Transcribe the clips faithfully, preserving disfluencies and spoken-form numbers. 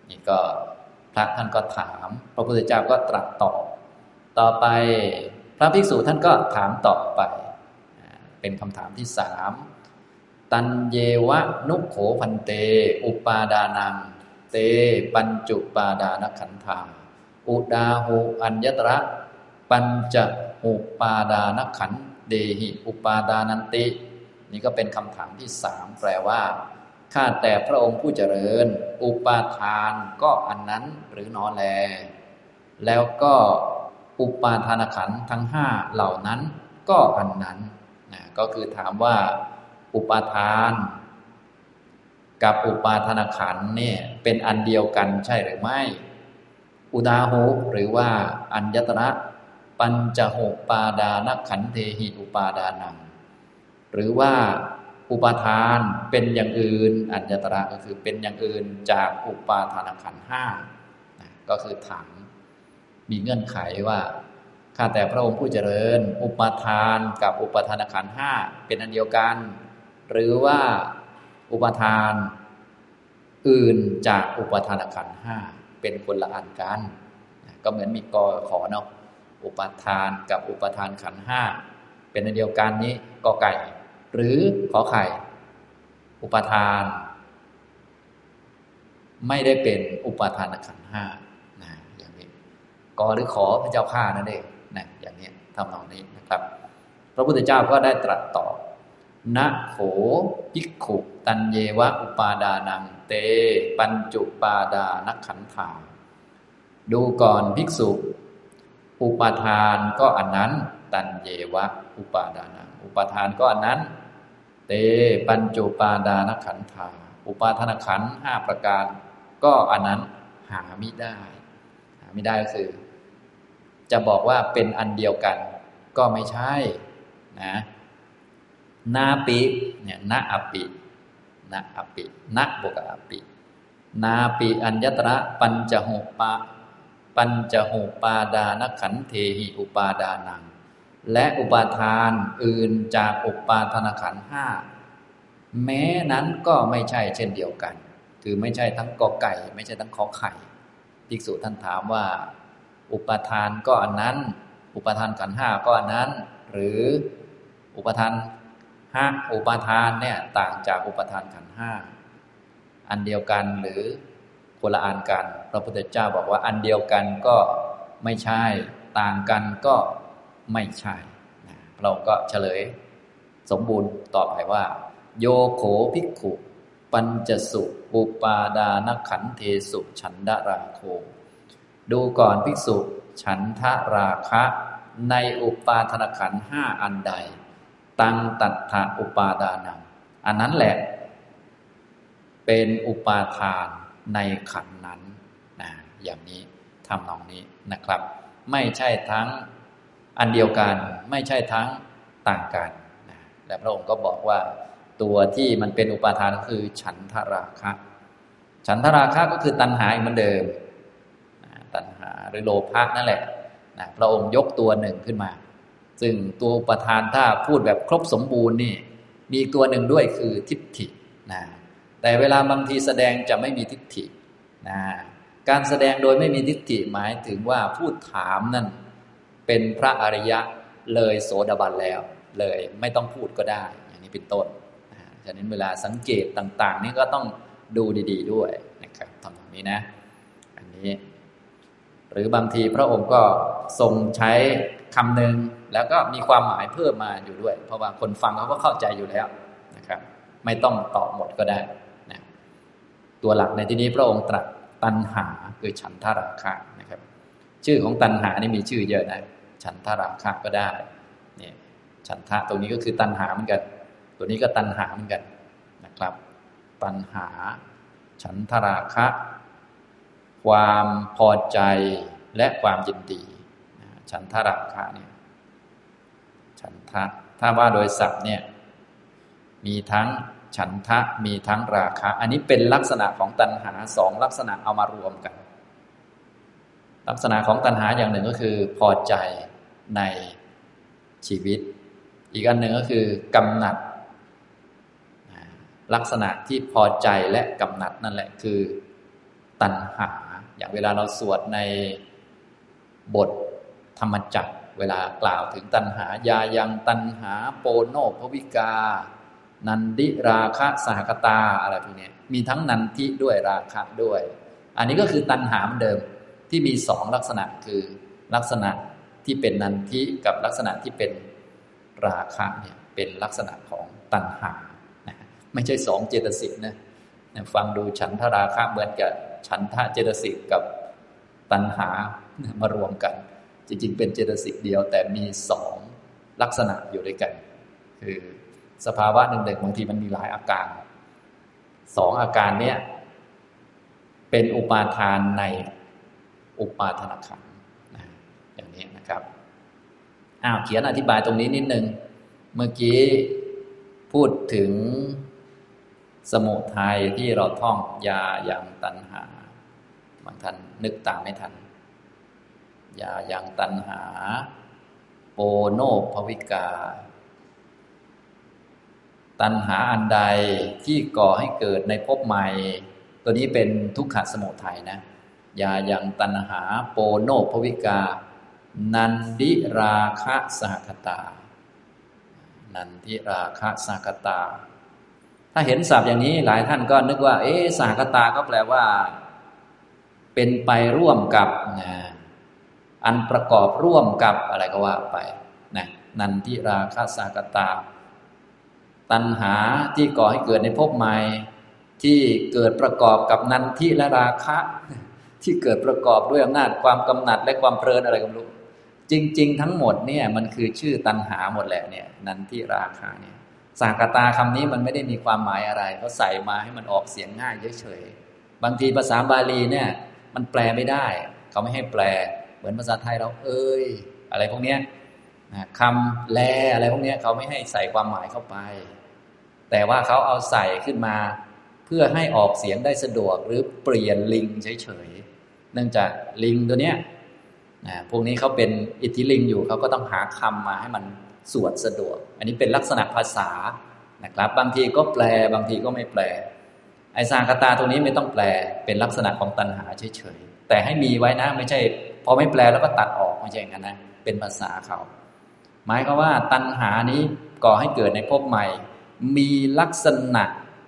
นี่ก็พระท่านก็ถามพระพุทธเจ้าก็ตรัสตอบต่อไปพระภิกษุท่านก็ถามต่อไปเป็นคำถามที่สามตันเยวะนุโขพันเตอุปาดานังเตปัญจุปาดานขันธาอุดาหูอัญญตระปัญจอุปาดานขันเดหิอุปาดานันตินี่ก็เป็นคำถามที่สามแปลว่าข้าแต่พระองค์ผู้เจริญอุปาทานก็อันนั้นหรือหนอแลแล้วก็อุปาทานขันธ์ทั้งห้าเหล่านั้นก็อันนั้นนะก็คือถามว่าอุปาทานกับอุปาทานขันธ์เนี่ยเป็นอันเดียวกันใช่หรือไม่อุดาหุหรือว่าอัญญตระปัญจหุปาดานขันธ์เทหิอุปาดานังหรือว่าอุปาทานเป็นอย่างอื่นอัญญตระก็คือเป็นอย่างอื่นจากอุปาทานขันธ์ห้านะก็คือถามมีเงื่อนไขว่าข้าแต่พระองค์ผู้เจริญอุปาทานกับอุปาทานขันธ์ห้าเป็นอันเดียวกันหรือว่าอุปาทานอื่นจากอุปาทานขันธ์ห้าเป็นคนละอันกันก็เหมือนมีกอขอเนาะอุปาทานกับอุปาทานขันธ์ห้าเป็นอันเดียวกันนี้กอไก่หรือขอไข่อุปาทานไม่ได้เป็นอุปาทานขันธ์ห้านะอย่างนี้กอหรือขอพระเจ้าข้านั่นเองนะอย่างนี้ทำนองนี้นะครับพระพุทธเจ้าก็ได้ตรัสตอบนะโขภิกขุตันเยวะอุปาดานังเตปัญจุปาดานขันธาดูก่อนภิกษุอุปาทานก็อันนั้นตันเยวะอุปาดานังอุปาทานก็อันนั้นเตปัญจุปาดานขันธาอุปาทานขันธ์ห้าประการก็อันนั้นหามิได้หาไม่ได้ก็คือจะบอกว่าเป็นอันเดียวกันก็ไม่ใช่นะนาปิเนี่ยนะอปินะอปินะบวกกับอปินาปิอัญญตระปัญจหุปาปัญจหุปาดานขันธ์เทหิอุปาดานังและอุปาทานอื่นจากอุปาทานขันธ์ห้าแม้นั้นก็ไม่ใช่เช่นเดียวกันคือไม่ใช่ทั้งกอไก่ไม่ใช่ทั้งขอไข่ภิกษุท่านถามว่าอุปาทานก็อันนั้นอุปาทานขันธ์ห้าก็อันนั้นหรืออุปาทานห้าอุปาทานเนี่ยต่างจากอุปาทานขันธ์ห้าอันเดียวกันหรือคนละอันกันพระพุทธเจ้าบอกว่าอันเดียวกันก็ไม่ใช่ต่างกันก็ไม่ใช่นะเราก็เฉลยสมบูรณ์ต่อไปว่าโยโขภิกขุปัญจสุอุปาดานขันธ์เทสุฉันทราโคดูก่อนภิกษุฉันทราคะในอุปาทานขันธ์ห้าอันใดตังตัฏฐอุปาดานังอันนั้นแหละเป็นอุปาทานในขันธ์นั้นนะอย่างนี้ทำนองนี้นะครับไม่ใช่ทั้งอันเดียวกันไม่ใช่ทั้งต่างกันนะและพระองค์ก็บอกว่าตัวที่มันเป็นอุปาทานก็คือฉันทราคะฉันทราคะก็คือตัณหาเหมือนเดิมนะตัณหาหรือโลภะนั่นแหละนะพระองค์ยกตัวหนึ่งขึ้นมาซึ่งตัวอุปาทานถ้าพูดแบบครบสมบูรณ์นี่มีตัวหนึ่งด้วยคือทิฏฐินะแต่เวลาบางทีแสดงจะไม่มีทิฏฐินะการแสดงโดยไม่มีทิฏฐิหมายถึงว่าผู้ถามนั่นเป็นพระอริยะเลยโสดาบันแล้วเลยไม่ต้องพูดก็ได้อย่างนี้เป็นต้นนะฉะนั้นเวลาสังเกตต่างๆนี่ก็ต้องดูดีๆด้วยนะครับทำตรงนี้นะอันนี้หรือบางทีพระองค์ก็ทรงใช้คำหนึ่งแล้วก็มีความหมายเพิ่มมาอยู่ด้วยเพราะว่าคนฟังเขาก็เข้าใจอยู่แล้วนะครับไม่ต้องตอบหมดก็ได้นะตัวหลักในที่นี้พระองค์ตรัสตัณหาคือฉันทราคะนะครับชื่อของตัณหานี่มีชื่อเยอะนะฉันทราคะก็ได้เนี่ยฉันทะตรงนี้ก็คือตัณหาเหมือนกันตัวนี้ก็ตัณหาเหมือนกันนะครับตัณหาฉันทราคะความพอใจและความยินดีฉันทราคะเนี่ยฉันทะถ้าว่าโดยศัพท์เนี่ยมีทั้งฉันทะมีทั้งราคะอันนี้เป็นลักษณะของตัณหาสองลักษณะเอามารวมกันลักษณะของตัณหาอย่างหนึ่งก็คือพอใจในชีวิตอีกอันหนึ่งก็คือกำหนัดลักษณะที่พอใจและกำหนัดนั่นแหละคือตัณหาอย่างเวลาเราสวดในบทธรรมจักรเวลากล่าวถึงตัณหายายังตัณหาโปโนภวิกานันดิราคะสหคตาอะไรพวกนี้มีทั้งนันทิด้วยราคะด้วยอันนี้ก็คือตัณหาเหมือนเดิมที่มีสองลักษณะคือลักษณะที่เป็นนันทิกับลักษณะที่เป็นราคะเนี่ยเป็นลักษณะของตัณหานะไม่ใช่สองเจตสิกนะฟังดูฉันทราคะเหมือนกับฉันทะเจตสิกกับตัณหามารวมกันจริงๆเป็นเจตสิกเดียวแต่มีสองลักษณะอยู่ด้วยกันคือสภาวะหนึ่งๆบางทีมันมีหลายอาการสองอาการเนี้ยเป็นอุปาทานในอุปาทานขันธ์นะอย่างนี้นะครับอ้าวเขียนอธิบายตรงนี้นิดนึงเมื่อกี้พูดถึงสมุทัยที่เราท่องยายังตัณหาบางท่านนึกตามไม่ทันยายังตัณหาโปโนภวิกาตัณหาอันใดที่ก่อให้เกิดในภพใหม่ตัวนี้เป็นทุกขสมุทัยนะยายังตัณหาโปโนภวิกานันดิราคะสหคตานันทิราคะสหคตาถ้าเห็นศัพท์อย่างนี้หลายท่านก็นึกว่าเอ๊ะสหคตาก็แปลว่าเป็นไปร่วมกับนะอันประกอบร่วมกับอะไรก็ว่าไปนะนันทิราคะสหคตาตัณหาที่ก่อให้เกิดในภพใหม่ที่เกิดประกอบกับนันทิและราคะที่เกิดประกอบด้วยอำนาจความกำหนัดและความเพลินอะไรก็ไม่รู้จริงๆทั้งหมดเนี่ยมันคือชื่อตัณหาหมดแหละเนี่ยนันทิราคะเนี่ยสหคตาคำนี้มันไม่ได้มีความหมายอะไรเขาใส่มาให้มันออกเสียงง่ายเฉยๆบางทีภาษาบาลีเนี่ยมันแปลไม่ได้เขาไม่ให้แปลเหมือนภาษาไทยเราเอ้ยอะไรพวกเนี้ยคำแลอะไรพวกเนี้ยเขาไม่ให้ใส่ความหมายเข้าไปแต่ว่าเขาเอาใส่ขึ้นมาเพื่อให้ออกเสียงได้สะดวกหรือเปลี่ยนลิงเฉยๆเนื่องจากลิงตัวเนี้ยนะพวกนี้เขาเป็นอิทธิลิงอยู่เขาก็ต้องหาคำมาให้มันสวดสะดวกอันนี้เป็นลักษณะภาษานะครับบางทีก็แปลบางทีก็ไม่แปลไอ้สหคตาตรงนี้ไม่ต้องแปลเป็นลักษณะของตัณหาเฉยๆแต่ให้มีไว้นะไม่ใช่พอไม่แปลแล้วก็ตัดออกไม่ใช่อย่างนั้นนะเป็นภาษาเขาหมายความว่าตัณหานี้ก่อให้เกิดในภพใหม่มีลักษณะ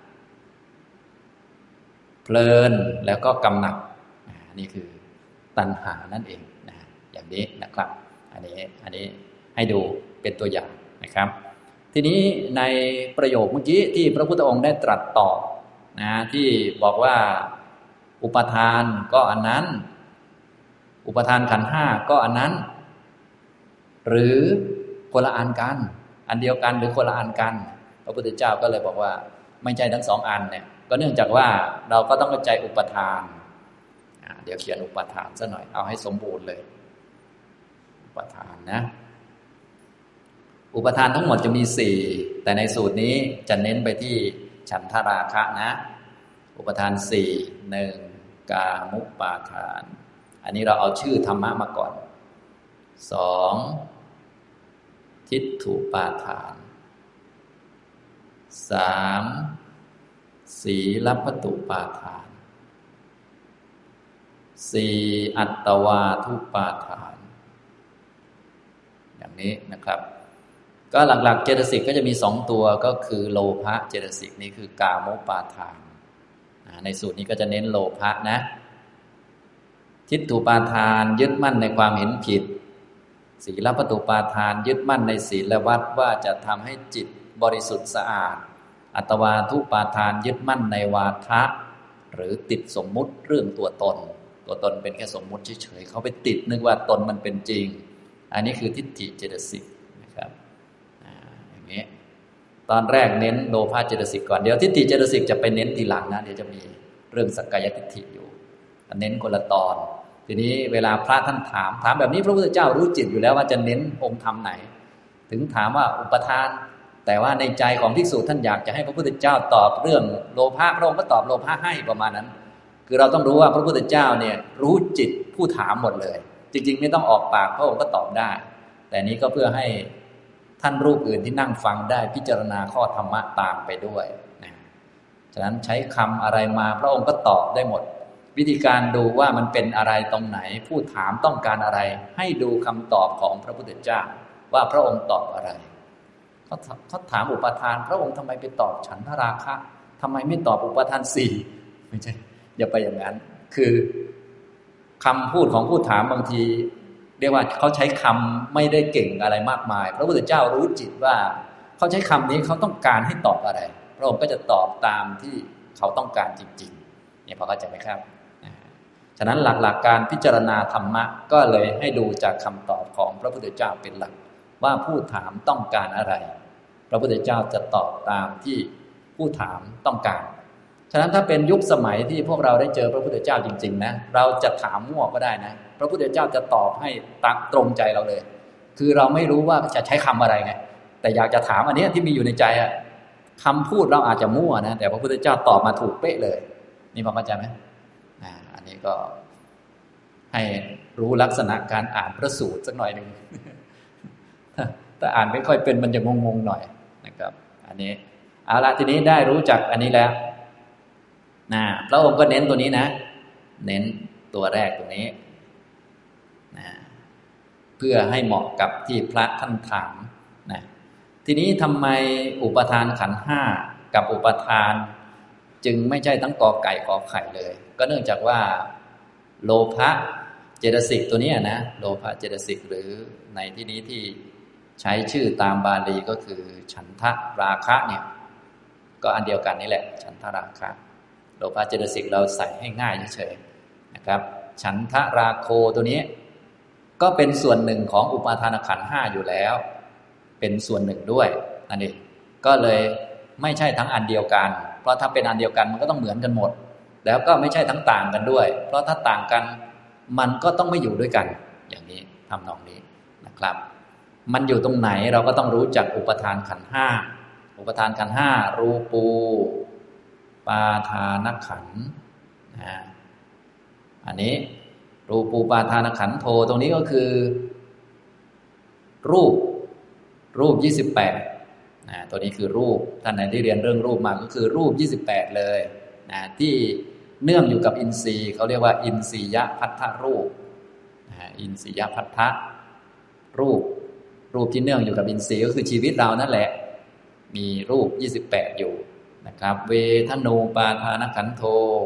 เพลินแล้วก็กำหนัดนี่คือตัณหานั่นเองนะอย่างนี้นะครับอันนี้อันนี้ให้ดูเป็นตัวอย่างนะครับทีนี้ในประโยคเมื่อกี้ที่พระพุทธองค์ได้ตรัสตอบนะที่บอกว่าอุปทานก็อันนั้นอุปทานขันธ์ห้าก็อันนั้นหรือคนละอันกันอันเดียวกันหรือคนละอันกันพระพุทธเจ้าก็เลยบอกว่าไม่ใช่ทั้งสองอันเนี่ยก็เนื่องจากว่าเราก็ต้องเข้าใจอุปทานเดี๋ยวเขียนอุปทานซะหน่อยเอาให้สมบูรณ์เลยอุปทานนะอุปทานทั้งหมดจะมีสี่แต่ในสูตรนี้จะเน้นไปที่ฉันทราคะนะอุปทานสี่หนึ่งกามุปาทานอันนี้เราเอาชื่อธรรมะมาก่อนสองทิฏฐุปาทานสามสีลพัตตุปาทานสี่อัตตวาทุปาทานอย่างนี้นะครับก็หลักๆเจตสิกก็จะมีสองตัวก็คือโลภะเจตสิกนี่คือกาโมปาทานในสูตรนี้ก็จะเน้นโลภะนะทิฏฐุปาทานยึดมั่นในความเห็นผิดศีลพัตตุปาทานยึดมั่นในศีลวัดว่าจะทำให้จิตบริสุทธิ์สะอาดอัตวาทุปาทานยึดมั่นในวาทะหรือติดสมมุติเรื่องตัวตนตัวตนเป็นแค่สมมุติเฉยๆเขาไปติดนึกว่าตนมันเป็นจริงอันนี้คือทิฏฐิเจตสิกนะครับอย่างนี้ตอนแรกเน้นโลภะเจตสิกก่อนเดี๋ยวทิฏฐิเจตสิกจะไปเน้นทีหลังนะเดี๋ยวจะมีเรื่องสักกายทิฏฐิอยู่เน้นคนละตอนทีนี้เวลาพระท่านถามถามแบบนี้พระพุทธเจ้ารู้จิตอยู่แล้วว่าจะเน้นองค์ธรรมไหนถึงถามว่าอุปทานแต่ว่าในใจของภิกษุท่านอยากจะให้พระพุทธเจ้าตอบเรื่องโลภะพระองค์ก็ตอบโลภะให้ประมาณนั้นคือเราต้องรู้ว่าพระพุทธเจ้าเนี่ยรู้จิตผู้ถามหมดเลยจริงๆไม่ต้องออกปากพระองค์ก็ตอบได้แต่นี้ก็เพื่อให้ท่านรูปอื่นที่นั่งฟังได้พิจารณาข้อธรรมะตามไปด้วยนะฉะนั้นใช้คำอะไรมาพระองค์ก็ตอบได้หมดวิธีการดูว่ามันเป็นอะไรตรงไหนผู้ถามต้องการอะไรให้ดูคำตอบของพระพุทธเจ้าว่าพระองค์ตอบอะไรเขาเขาถามอุปทานพระองค์ทำไมไปตอบฉันทราคะทำไมไม่ตอบอุปทานสี่ไม่ใช่อย่าไปอย่างนั้นคือคำพูดของผู้ถามบางทีเรียกว่าเขาใช้คำไม่ได้เก่งอะไรมากมายพระพุทธเจ้ารู้จิตว่าเขาใช้คำนี้เขาต้องการให้ตอบอะไรพระองค์ก็จะตอบตามที่เขาต้องการจริงๆเนี่ยพอเข้าใจไหมครับฉะนั้นหลักๆการพิจารณาธรรมะก็เลยให้ดูจากคำตอบของพระพุทธเจ้าเป็นหลักว่าผู้ถามต้องการอะไรพระพุทธเจ้าจะตอบตามที่ผู้ถามต้องการฉะนั้นถ้าเป็นยุคสมัยที่พวกเราได้เจอพระพุทธเจ้าจริงๆนะเราจะถามมั่วก็ได้นะพระพุทธเจ้าจะตอบให้ตักตรงใจเราเลยคือเราไม่รู้ว่าจะใช้คำอะไรไงแต่อยากจะถามอันนี้ที่มีอยู่ในใจอะคำพูดเราอาจจะมั่วนะแต่พระพุทธเจ้าตอบมาถูกเป๊ะเลยนี่พอเข้าใจไหมอ่าอันนี้ก็ให้รู้ลักษณะการอ่านพระสูตรสักหน่อยหนึ่ง ถ้าอ่านไม่ค่อยเป็นมันจะงงๆหน่อยนะครับอันนี้เอาละทีนี้ได้รู้จักอันนี้แล้วนะพระองค์ก็เน้นตัวนี้นะเน้นตัวแรกตรงนี้นะเพื่อให้เหมาะกับที่พระท่านถามนะทีนี้ทำไมอุปทานขันธ์ห้ากับอุปทานจึงไม่ใช่ทั้งกอไก่ขอไข่เลยก็เนื่องจากว่าโลภะเจตสิกตัวนี้นะโลภะเจตสิกหรือในที่นี้ที่ใช้ชื่อตามบาลีก็คือฉันทะราคะเนี่ยก็อันเดียวกันนี่แหละฉันทะราคะโลภะเจตสิกเราใส่ให้ง่ายเฉยๆนะครับฉันทะราโคตัวนี้ก็เป็นส่วนหนึ่งของอุปาทานขันธ์ห้าอยู่แล้วเป็นส่วนหนึ่งด้วยนั่นเองก็เลยไม่ใช่ทั้งอันเดียวกันเพราะถ้าเป็นอันเดียวกันมันก็ต้องเหมือนกันหมดแล้วก็ไม่ใช่ทั้งต่างกันด้วยเพราะถ้าต่างกันมันก็ต้องไม่อยู่ด้วยกันอย่างนี้ทำนองนี้นะครับมันอยู่ตรงไหนเราก็ต้องรู้จักอุปทานขันธ์ห้าอุปทานขันธ์ห้ารูปูปาทานขันธ์นะอันนี้รูปูปาทานขันธ์โทตรงนี้ก็คือรูปรูปยี่สิบแปดนะตัวนี้คือรูปท่านไหนที่เรียนเรื่องรูปมาก็คือรูปยี่สิบแปดเลยนะที่เนื่องอยู่กับอินทรีย์เขาเรียกว่าอินทรียพัทธรูปนะอินทรียพัทธรูปรูปที่เนื่องอยู่กับอินทรีย์ก็คือชีวิตเรานั่นแหละมีรูปยี่สิบแปดอยู่นะครับเวทนูปาทานขันโท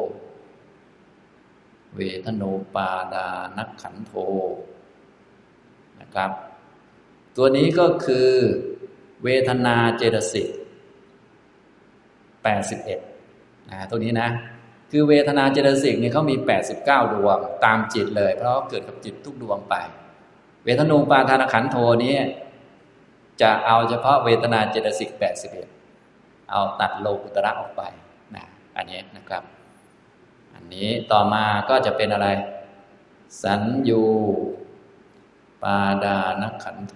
เวทนูปาดานขันโทนะครับตัวนี้ก็คือเวทนาเจตสิกแปดสิบเอ็ดนะตัวนี้นะคือเวทนาเจตสิกนี่เขามีแปดสิบเก้าดวงตามจิตเลยเพราะเกิดกับจิตทุกดวงไปเวทนูปาทานขันโทนี้จะเอาเฉพาะเวทนาเจตสิกแปดสิบเอ็ดเอาตัดโลกุตระออกไปนะอันนี้นะครับอันนี้ต่อมาก็จะเป็นอะไรสัญญูปาดานขันโท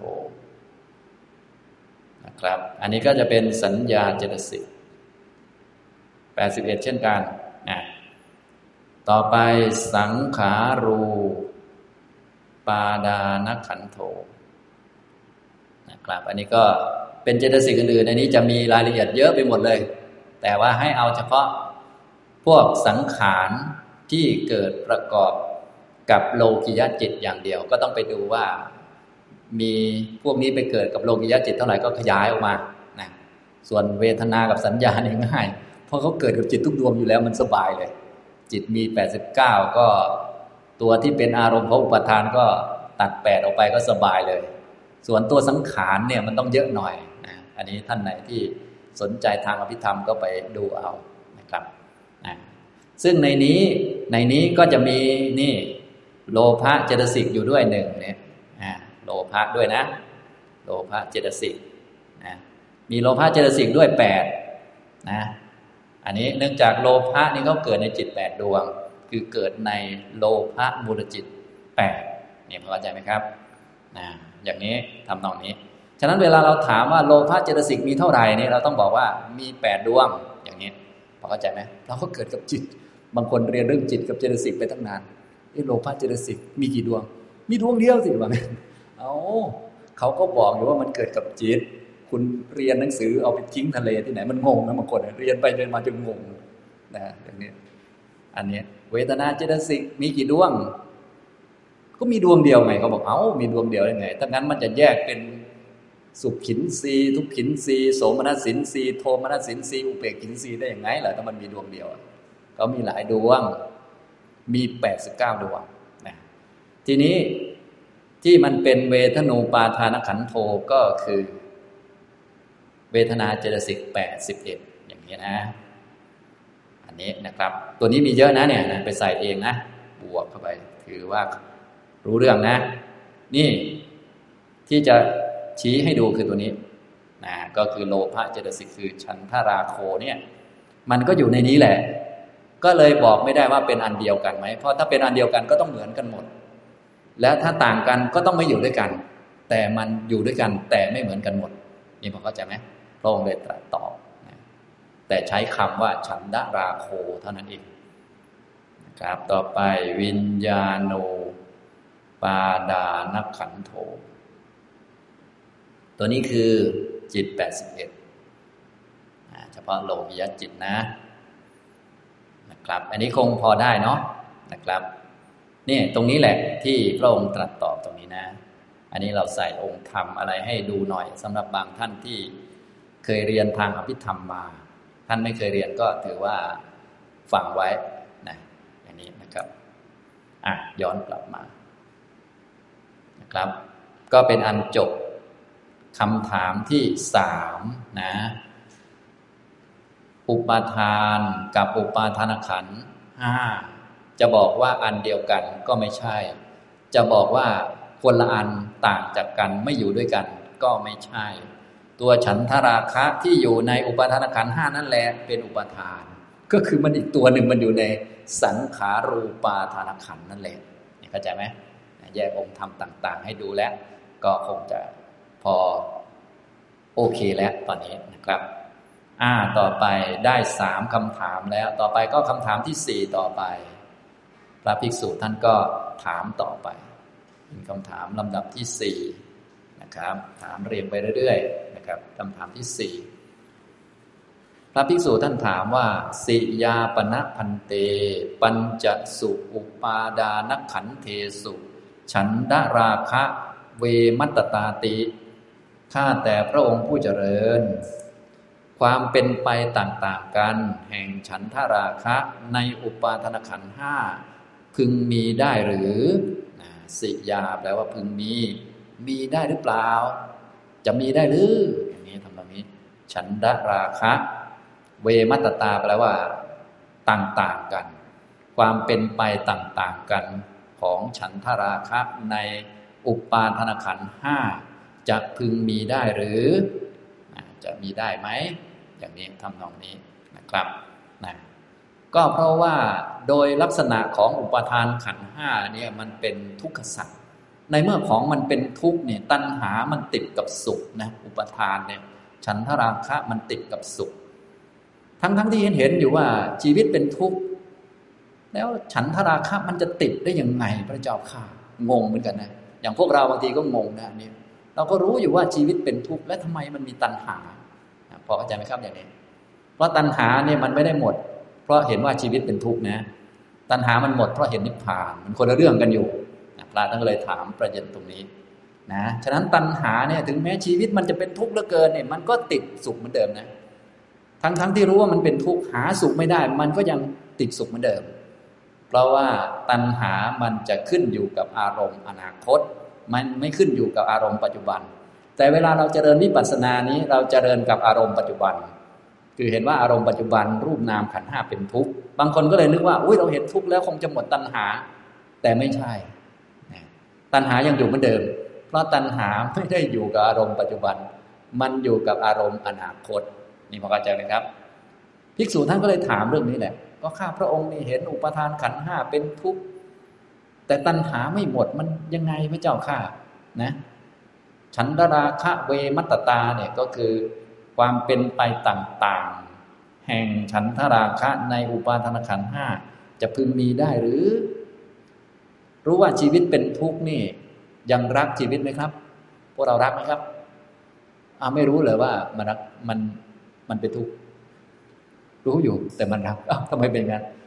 นะครับอันนี้ก็จะเป็นสัญญาเจตสิกแปดสิบเอ็ดเช่นกันนะต่อไปสังขารูปาดานขันโทนะครับอันนี้ก็เป็นเจตสิกอื่นๆในนี้จะมีรายละเอียดเยอะไปหมดเลยแต่ว่าให้เอาเฉพาะพวกสังขารที่เกิดประกอบกับโลกิยจิตอย่างเดียวก็ต้องไปดูว่ามีพวกนี้ไปเกิดกับโลกิยจิตเท่าไหร่ก็ขยายออกมานะส่วนเวทนากับสัญญาเนี่ยง่ายเพราะเขาเกิดกับจิตทุกดวงอยู่แล้วมันสบายเลยจิตมีแปดสิบเก้าก็ตัวที่เป็นอารมณ์ของอุปทานก็ตัดแปดออกไปก็สบายเลยส่วนตัวสังขารเนี่ยมันต้องเยอะหน่อยนะอันนี้ท่านไหนที่สนใจทางอภิธรรมก็ไปดูเอานะครับนะซึ่งในนี้ในนี้ก็จะมีนี่โลภะเจตสิกอยู่ด้วยหนึ่งเนี่ยอ่าโลภะด้วยนะโลภะเจตสิกนะมีโลภะเจตสิกด้วยแปดนะอันนี้เนื่องจากโลภะนี่เขาเกิดในจิตแปดดวงคือเกิดในโลภะมูลจิตแปดนี่พอเข้าใจไหมครับนะอย่างนี้ทำนองนี้ฉะนั้นเวลาเราถามว่าโลภะเจตสิกมีเท่าไหร่นี่เราต้องบอกว่ามีแปดดวงอย่างนี้พอเข้าใจไหมเราก็เกิดกับจิตบางคนเรียนเรื่องจิตกับเจตสิกไปตั้งนานไอ้โลภะเจตสิกมีกี่ดวงมีดวงเดียวสิว่างั้นเอาเขาก็บอกอยู่ว่ามันเกิดกับจิตคุณเรียนหนังสือเอาไปทิ้งทะเลที่ไหนมันงงนะบางคนเรียนไปเรียนมาจนงงนะอย่างนี้อันนี้เวทนาเจตสิกมีกี่ดวงก็มีดวงเดียวไงเขาบอกเอ้ามีดวงเดียวได้ไงถ้างั้นมันจะแยกเป็นสุขขินสีทุกขินสีโสมนัสสินสีโทมนัสสินสีอุเบกขินสีได้ยังไงล่ะถ้ามันมีดวงเดียวก็มีหลายดวงมีแปดสิบเก้าดวงนะทีนี้ที่มันเป็นเวทนูปาทานขันโธก็คือเวทนาเจตสิกแปดสิบเอ็ดอย่างนี้นะอันนี้นะครับตัวนี้มีเยอะนะเนี่ยนะไปใส่เองนะบวกเข้าไปถือว่ารู้เรื่องนะนี่ที่จะชี้ให้ดูคือตัวนี้นะก็คือโลภะเจตสิกคือฉันทราโคเนี่ยมันก็อยู่ในนี้แหละก็เลยบอกไม่ได้ว่าเป็นอันเดียวกันไหมเพราะถ้าเป็นอันเดียวกันก็ต้องเหมือนกันหมดแล้วถ้าต่างกันก็ต้องไม่อยู่ด้วยกันแต่มันอยู่ด้วยกันแต่ไม่เหมือนกันหมดนี่พอเข้าใจไหมพระองค์เลยตรัสตอบนะแต่ใช้คำว่าฉันทราโคเท่านั้นเองนะครับต่อไปวิญญาโนปาดานขันโธตัวนี้คือจิตแปดสิบเอ็ดเฉพาะโลกิยจิตนะนะครับอันนี้คงพอได้เนาะนะครับนี่ตรงนี้แหละที่พระองค์ตรัสตอบตรงนี้นะอันนี้เราใส่องค์ธรรมอะไรให้ดูหน่อยสำหรับบางท่านที่เคยเรียนทางอภิธรรมมาท่านไม่เคยเรียนก็ถือว่าฟังไว้นะอย่างนี้นะครับอ่ะย้อนกลับมานะครับก็เป็นอันจบคำถามที่สามนะอุปาทานกับอุปาทานขันธ์ห้าจะบอกว่าอันเดียวกันก็ไม่ใช่จะบอกว่าคนละอันต่างจากกันไม่อยู่ด้วยกันก็ไม่ใช่ตัวฉันทราคะที่อยู่ในอุปาทานขันธ์ห้านั่นแหละเป็นอุปาทานก็คือมันอีกตัวหนึ่งมันอยู่ในสังขารูปาทานขันธ์นั่นแหละเข้าใจไหมแยกองค์ธรรมต่างๆให้ดูแล้วก็คงจะพอโอเคแล้วตอนนี้นะครับอ่าต่อไปได้สามคำถามแล้วต่อไปก็คำถามที่สี่ต่อไปพระภิกษุท่านก็ถามต่อไปเป็นคำถามลำดับที่สี่นะครับถามเรียงไปเรื่อยๆนะครับคำถามที่สี่พระภิกษุท่านถามว่าสิยาปณพันเตปัญจสุอุปาดานขันเทสุฉันทราคะเวมัตตตาติข้าแต่พระองค์ผู้เจริญความเป็นไปต่างๆกันแห่งฉันทราคะในอุปาทานขันธ์ห้าพึงมีได้หรือสิยาแปลว่าพึงมีมีได้หรือเปล่าจะมีได้หรืออย่างนี้ทำตรงนี้ฉันทราคะเวมัตตตาแปลว่าต่างๆกันความเป็นไปต่างๆกันของฉันทราคะในอุปาทานขันธ์ห้าจะพึงมีได้หรือจะมีได้ไหมอย่างนี้ทำนองนี้นะครับนะก็เพราะว่าโดยลักษณะของอุปาทานขันธ์ห้าเนี่ยมันเป็นทุกขสัจในเมื่อของมันเป็นทุกข์เนี่ยตัณหามันติดกับสุขนะอุปาทานเนี่ยฉันทราคะมันติดกับสุขทั้งทั้งที่เห็นเห็นอยู่ว่าชีวิตเป็นทุกข์แล้วฉันทราคะมันจะติดได้ยังไงพระเจ้าข้างงเหมือนกันนะอย่างพวกเราบางทีก็งงนะนี่เราก็รู้อยู่ว่าชีวิตเป็นทุกข์และทำไมมันมีตัณหาพอเข้าใจไหมครับอย่างนี้เพราะตัณหาเนี่ยมันไม่ได้หมดเพราะเห็นว่าชีวิตเป็นทุกข์นะตัณหามันหมดเพราะเห็นนิพพานมันคนละเรื่องกันอยู่พระท่านก็เลยถามประเด็นตรงนี้นะฉะนั้นตัณหาเนี่ยถึงแม้ชีวิตมันจะเป็นทุกข์เหลือเกินเนี่ยมันก็ติดสุขเหมือนเดิมนะทั้งทั้งที่รู้ว่ามันเป็นทุกข์หาสุขไม่ได้มันก็ยังติดสุขเหมือนเดิมเพราะว่าตัณหามันจะขึ้นอยู่กับอารมณ์อนาคตมันไม่ขึ้นอยู่กับอารมณ์ปัจจุบันแต่เวลาเราเจริญวิปัสสนานี้เราเจริญกับอารมณ์ปัจจุบันคือเห็นว่าอารมณ์ปัจจุบันรูปนามขันธ์ห้าเป็นทุกข์บางคนก็เลยนึกว่าอุ้ยเราเห็นทุกข์แล้วคงจะหมดตัณหาแต่ไม่ใช่ตัณหายังอยู่เหมือนเดิมเพราะตัณหาไม่ได้อยู่กับอารมณ์ปัจจุบันมันอยู่กับอารมณ์อนาคตนี่พอเข้าใจไหมครับภิกษุท่านก็เลยถามเรื่องนี้แหละก็ข้าพระองค์นี่เห็นอุปาทานขันธ์ห้าเป็นทุกข์แต่ตัณหาไม่หมดมันยังไงพระเจ้าข้านะฉันทราคะเวมัตตตาเนี่ยก็คือความเป็นไปต่างๆแห่งฉันทราคะในอุปาทานขันธ์ห้าจะพึงมีได้หรือรู้ว่าชีวิตเป็นทุกข์นี่ยังรักชีวิตไหมครับพวกเรารักไหมครับอ่าไม่รู้เลยว่ามันรักมันมันเป็นทุกข์รู้อยู่แต่มันรักอ้าวทำไมเป็นงั้น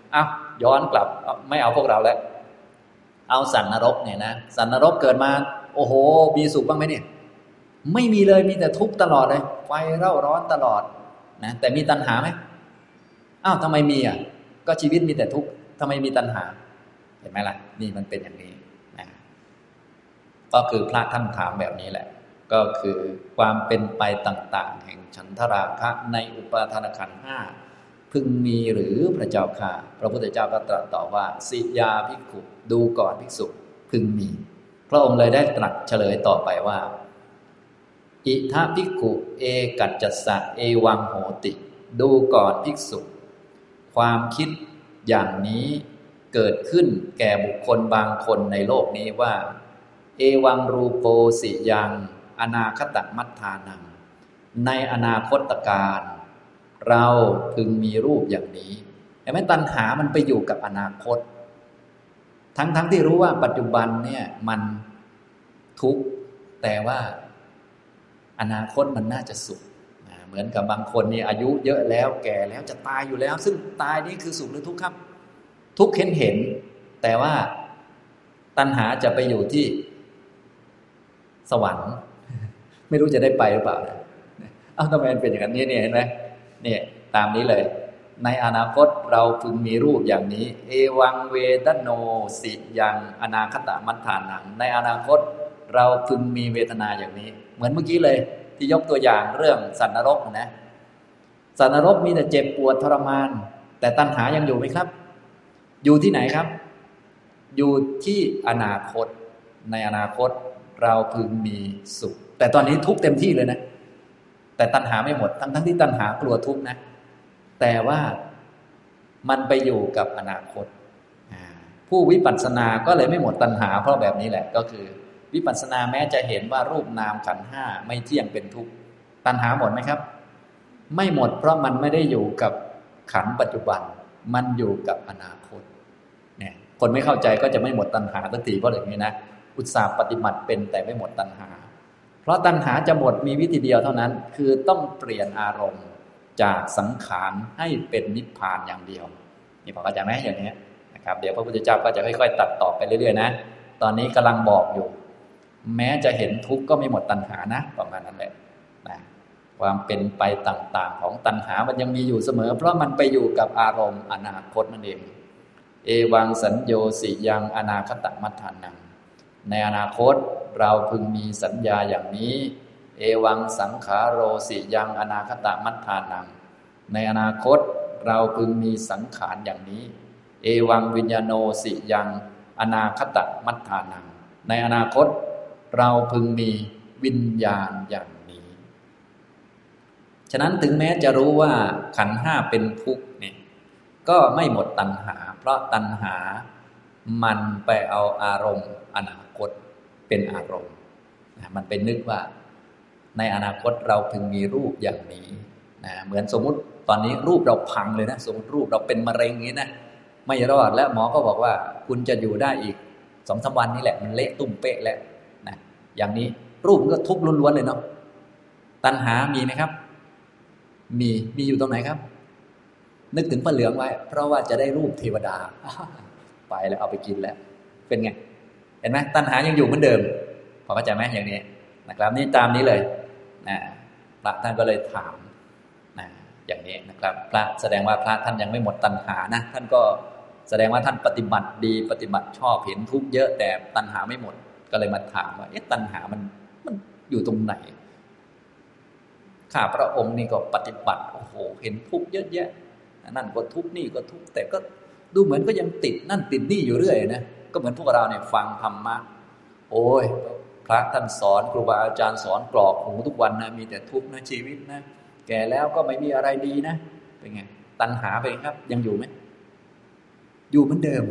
เอาย้อนกลับไม่เอาพวกเราแล้วเอาสัตว์นรกเนี่ยนะสัตว์นรกเกิดมาโอ้โหมีสุขบ้างไหมเนี่ยไม่มีเลยมีแต่ทุกข์ตลอดเลยไฟเร่าร้อนตลอดนะแต่มีตัณหาไหมอ้าวทำไมมีอ่ะก็ชีวิตมีแต่ทุกข์ทำไมมีตัณหาเห็นไหมล่ะนี่มันเป็นอย่างนี้นะก็คือพระท่านถามแบบนี้แหละก็คือความเป็นไปต่างๆแห่งฉันทราคะในอุปาทานขันธ์ห้าพึงมีหรือพระเจ้าค่ะพระพุทธเจ้าก็ตรัสตอบว่าสิยาภิกขุดูก่อนภิกษุพึงมีพระองค์เลยได้ตรัสเฉลยต่อไปว่าอิทะภิกขุเอกัจจสสะเอวังโหติดูก่อนภิกษุความคิดอย่างนี้เกิดขึ้นแก่บุคคลบางคนในโลกนี้ว่าเอวังรูโปสิยังอนาคตมัฏฐานังในอนาคตการเราพึงมีรูปอย่างนี้เห็นไหมตัณหามันไปอยู่กับอนาคตทั้งๆ ท, ที่รู้ว่าปัจจุบันเนี่ยมันทุกข์แต่ว่าอนาคตมันน่าจะสุขเหมือนกับบางคนนี่อายุเยอะแล้วแก่แล้วจะตายอยู่แล้วซึ่งตายนี่คือสุขหรือทุกข์ครับทุกข์เห็นเห็นแต่ว่าตัณหาจะไปอยู่ที่สวรรค์ไม่รู้จะได้ไปหรือเปล่าเอ้าทำไมมันเป็นอย่างนี้เนี่ยเห็นไหมเนี่ยตามนี้เลยในอนาคตเราพึงมีรูปอย่างนี้เอวังเวทโนสิยังอนาคตมัฏฐานังในอนาคตเราพึงมีเวทนาอย่างนี้เหมือนเมื่อกี้เลยที่ยกตัวอย่างเรื่องสัตว์นรกนะสัตว์นรกมีแต่เจ็บปวดทรมานแต่ตัณหายังอยู่ไหมครับอยู่ที่ไหนครับอยู่ที่อนาคตในอนาคตเราพึงมีสุขแต่ตอนนี้ทุกข์เต็มที่เลยนะแต่ตัณหาไม่หมดทั้งทั้งที่ตัณหากลัวทุกข์นะแต่ว่ามันไปอยู่กับอนาคตผู้วิปัสสนาก็เลยไม่หมดตัณหาเพราะแบบนี้แหละก็คือวิปัสสนาแม้จะเห็นว่ารูปนามขันธ์ห้าไม่เที่ยงเป็นทุกข์ตัณหาหมดไหมครับไม่หมดเพราะมันไม่ได้อยู่กับขันธ์ปัจจุบันมันอยู่กับอนาคตเนี่ยคนไม่เข้าใจก็จะไม่หมดตัณหาทันทีเพราะอย่างนี้นะอุตส่าห์ปฏิบัติเป็นแต่ไม่หมดตัณหาเพราะตัณหาจะหมดมีวิธีเดียวเท่านั้นคือต้องเปลี่ยนอารมณ์จากสังขารให้เป็นนิพพานอย่างเดียวนี่พอเข้าใจไหมอย่างนี้นะครับเดี๋ยวพระพุทธเจ้าก็จะค่อยๆตัดต่อไปเรื่อยๆนะตอนนี้กำลังบอกอยู่แม้จะเห็นทุกข์ก็ไม่หมดตัณหานะประมาณนั้นแหละนะความเป็นไปต่างๆของตัณหามันยังมีอยู่เสมอเพราะมันไปอยู่กับอารมณ์อนาคตนั่นเองเอวังสัญโยสิยังอนาคตมัฏฐานังในอนาคตเราพึงมีสัญญาอย่างนี้เอวังสังขาโรสิยังอนาคตมัฏฐานังในอนาคตเราพึงมีสังขารอย่างนี้เอวังวิญญาโนสิยังอนาคตมัฏฐานังในอนาคตเราพึงมีวิญญาณอย่างนี้ฉะนั้นถึงแม้จะรู้ว่าขันธ์ห้าเป็นทุกข์เนี่ยก็ไม่หมดตัณหาเพราะตัณหามันไปเอาอารมณ์อนาคตเป็นอารมณ์มันเป็นนึกว่าในอนาคตเราพึงมีรูปอย่างนี้นะเหมือนสมมุติตอนนี้รูปเราพังเลยนะสมมติรูปเราเป็นมะเร็งนี้นะไม่รอดแล้วหมอก็บอกว่าคุณจะอยู่ได้อีกสองสามวันนี้แหละมันเละตุ้มเป๊ะแล้วนะอย่างนี้รูปมันก็ทุกข์ล้วนๆเลยเนาะตัณหามีไหมครับมีมีอยู่ตรงไหนครับนึกถึงพระเหลืองไว้เพราะว่าจะได้รูปเทวดาไปแล้วเอาไปกินแล้วเป็นไงเห็นไหมตัณหายังอยู่เหมือนเดิมพอเข้าใจไหมอย่างนี้นะครับนี่ตามนี้เลยนะพระท่านก็เลยถามนะอย่างนี้นะครับพระแสดงว่าพระท่านยังไม่หมดตัณหานะท่านก็แสดงว่าท่านปฏิบัติดีปฏิบัติชอบเห็นทุกข์เยอะแต่ตัณหาไม่หมดก็เลยมาถามว่าเอ๊ะตัณหามันมันอยู่ตรงไหนข้าพระองค์นี่ก็ปฏิบัติโอ้โหเห็นทุกข์เยอะแยะนั่นก็ทุกข์นี่ก็ทุกข์แต่ก็ดูเหมือนก็ยังติดนั่นติดนี่อยู่เรื่อยนะก็เหมือนพวกเราเนี่ยฟังธรรมะโอ้ยพระท่านสอนครูบาอาจารย์สอนกรอกหูทุกวันนะมีแต่ทุกข์นะชีวิตนะแก่แล้วก็ไม่มีอะไรดีนะเป็นไงตัณหาเป็นครับยังอยู่ไหมอยู่เหมือนเดิม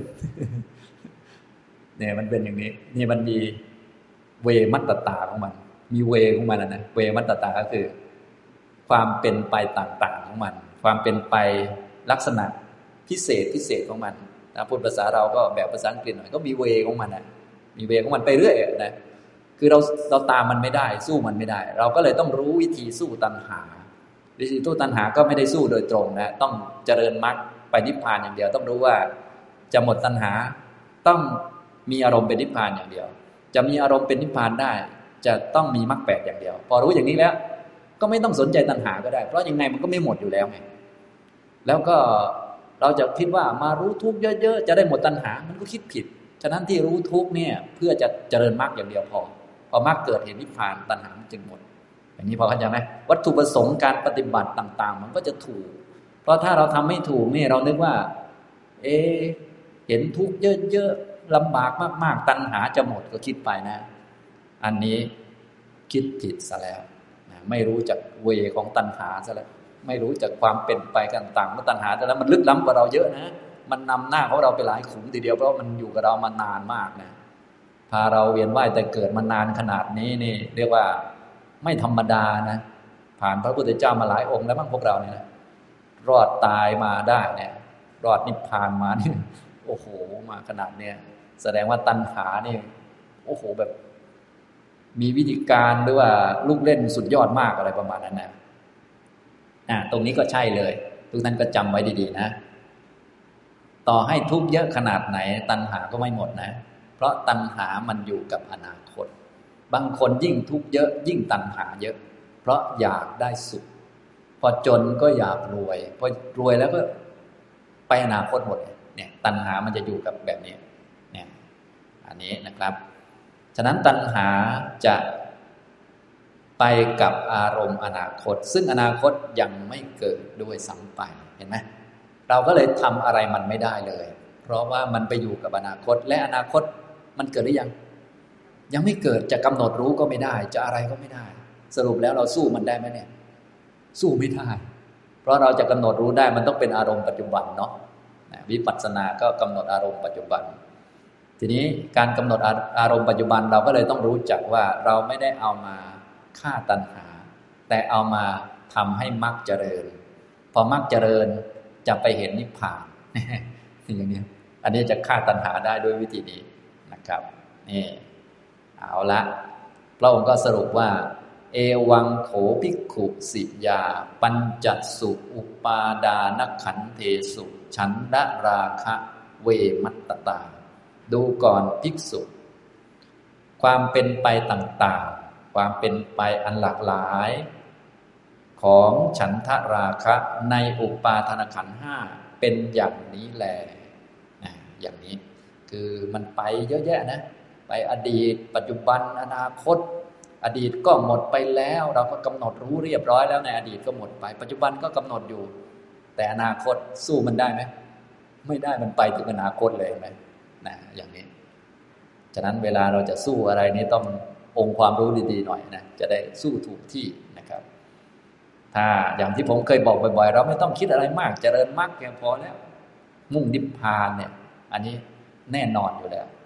เนี่ยมันเป็นอย่างนี้นี่มันมีเวมัตตตาของมันมีเวของมันนะเวมัตตตาก็คือความเป็นไปต่างๆของมันความเป็นไปลักษณะพิเศษพิเศษของมันถ้าพูดภาษาเราก็แบบภาษาอังกฤษหน่อยก็มีเวของมันนะมีเวของมันไปเรื่อยนะคือเราเราตามมันไม่ได้สู้มันไม่ได้เราก็เลยต้องรู้วิธีสู้ตัณหาวิธีสู้ตัณหาก็ไม่ได้สู้โดยตรงนะต้องเจริญมรรคไปนิพพานอย่างเดียวต้องรู้ว่าจะหมดตัณหาต้องมีอารมณ์เป็นนิพพานอย่างเดียวจะมีอารมณ์เป็นนิพพานได้จะต้องมีมรรคแปดอย่างเดียวพอรู้อย่างนี้แล้วก็ไม่ต้องสนใจตัณหาก็ได้เพราะยังไงมันก็ไม่หมดอยู่แล้วไงแล้วก็เราจะคิดว่ามารู้ทุกข์เยอะๆจะได้หมดตัณหามันก็คิดผิดฉะนั้นที่รู้ทุกข์เนี่ยเพื่อจะเจริญมรรคอย่างเดียวพอพอมรรคเกิดเห็นนิพพานตัณหาจึงหมดอย่างนี้พอเข้าใจไหมวัตถุประสงค์การปฏิบัติต่างๆมันก็จะถูกเพราะถ้าเราทำไม่ถูกนี่เรานึกว่าเอ๊ะเห็นทุกข์เยอะๆลำบากมากๆตัณหาจะหมดก็คิดไปนะอันนี้คิดผิดซะแล้วนะไม่รู้จักเวของตัณหาซะแล้วไม่รู้จักความเป็นไปต่างๆของตัณหาซะแล้วมันลึกล้ำกว่าเราเยอะนะมันนำหน้าของเราไปหลายขุมทีเดียวเพราะมันอยู่กับเรามานานมากนะพาเราเวียนว่ายแต่เกิดมานานขนาดนี้นี่เรียกว่าไม่ธรรมดานะผ่านพระพุทธเจ้ามาหลายองค์แล้วบ้างพวกเราเนี่ยนะรอดตายมาได้เนี่ยรอดนิพพานมานี่โอ้โหมาขนาดเนี้ยแสดงว่าตัณหานี่โอ้โหแบบมีวิธีการหรือว่าลูกเล่นสุดยอดมากอะไรประมาณนั้นนะอ่ะตรงนี้ก็ใช่เลยทุกท่านก็จำไว้ดีๆนะต่อให้ทุกข์เยอะขนาดไหนตัณหาก็ไม่หมดนะเพราะตัณหามันอยู่กับอนาคตบางคนยิ่งทุกข์เยอะยิ่งตัณหาเยอะเพราะอยากได้สุขพอจนก็อยากรวยพอรวยแล้วก็ไปอนาคตหมดเนี่ยตัณหามันจะอยู่กับแบบนี้เนี่ยอันนี้นะครับฉะนั้นตัณหาจะไปกับอารมณ์อนาคตซึ่งอนาคตยังไม่เกิดด้วยซ้ำไปเห็นไหมเราก็เลยทำอะไรมันไม่ได้เลยเพราะว่ามันไปอยู่กับอนาคตและอนาคตมันเกิดหรือยังยังไม่เกิดจะกำหนดรู้ก็ไม่ได้จะอะไรก็ไม่ได้สรุปแล้วเราสู้มันได้ไหมเนี่ยสู้ไม่ได้เพราะเราจะกำหนดรู้ได้มันต้องเป็นอารมณ์ปัจจุบันเนาะวิปัสสนาก็กำหนดอารมณ์ปัจจุบันทีนี้การกำหนดอารมณ์ปัจจุบันเราก็เลยต้องรู้จักว่าเราไม่ได้เอามาฆ่าตัณหาแต่เอามาทำให้มรรคเจริญพอมรรคเจริญจะไปเห็นนิพพานอย่างนี้อันนี้จะฆ่าตัณหาได้ด้วยวิธีนี้นะครับนี่เอาละพระองค์ก็สรุปว่าเอวังโขภิกขุสิยาปัญจสุอุปาดานขันเทสุฉันทราคะเวมัตตตาดูก่อนภิกษุความเป็นไปต่างๆความเป็นไปอันหลากหลายของฉันทราคะในอุปาทานขันธ์ห้าเป็นอย่างนี้แลนะอย่างนี้คือมันไปเยอะแยะนะไปอดีตปัจจุบันอนาคตอดีตก็หมดไปแล้วเราก็กำหนดรู้เรียบร้อยแล้วในอดีตก็หมดไปปัจจุบันก็กำหนดอยู่แต่อนาคตสู้มันได้ไหมไม่ได้มันไปถึงอนาคตเลยไหมนะอย่างนี้ฉะนั้นเวลาเราจะสู้อะไรนี่ต้ององค์ความรู้ดีๆหน่อยนะจะได้สู้ถูกที่นะครับถ้าอย่างที่ผมเคยบอกบ่อยๆเราไม่ต้องคิดอะไรมากเจริญมรรคเพียงพอแล้วมุ่งนิพพานเนี่ยอันนี้แน่นอนอยู่แล้ว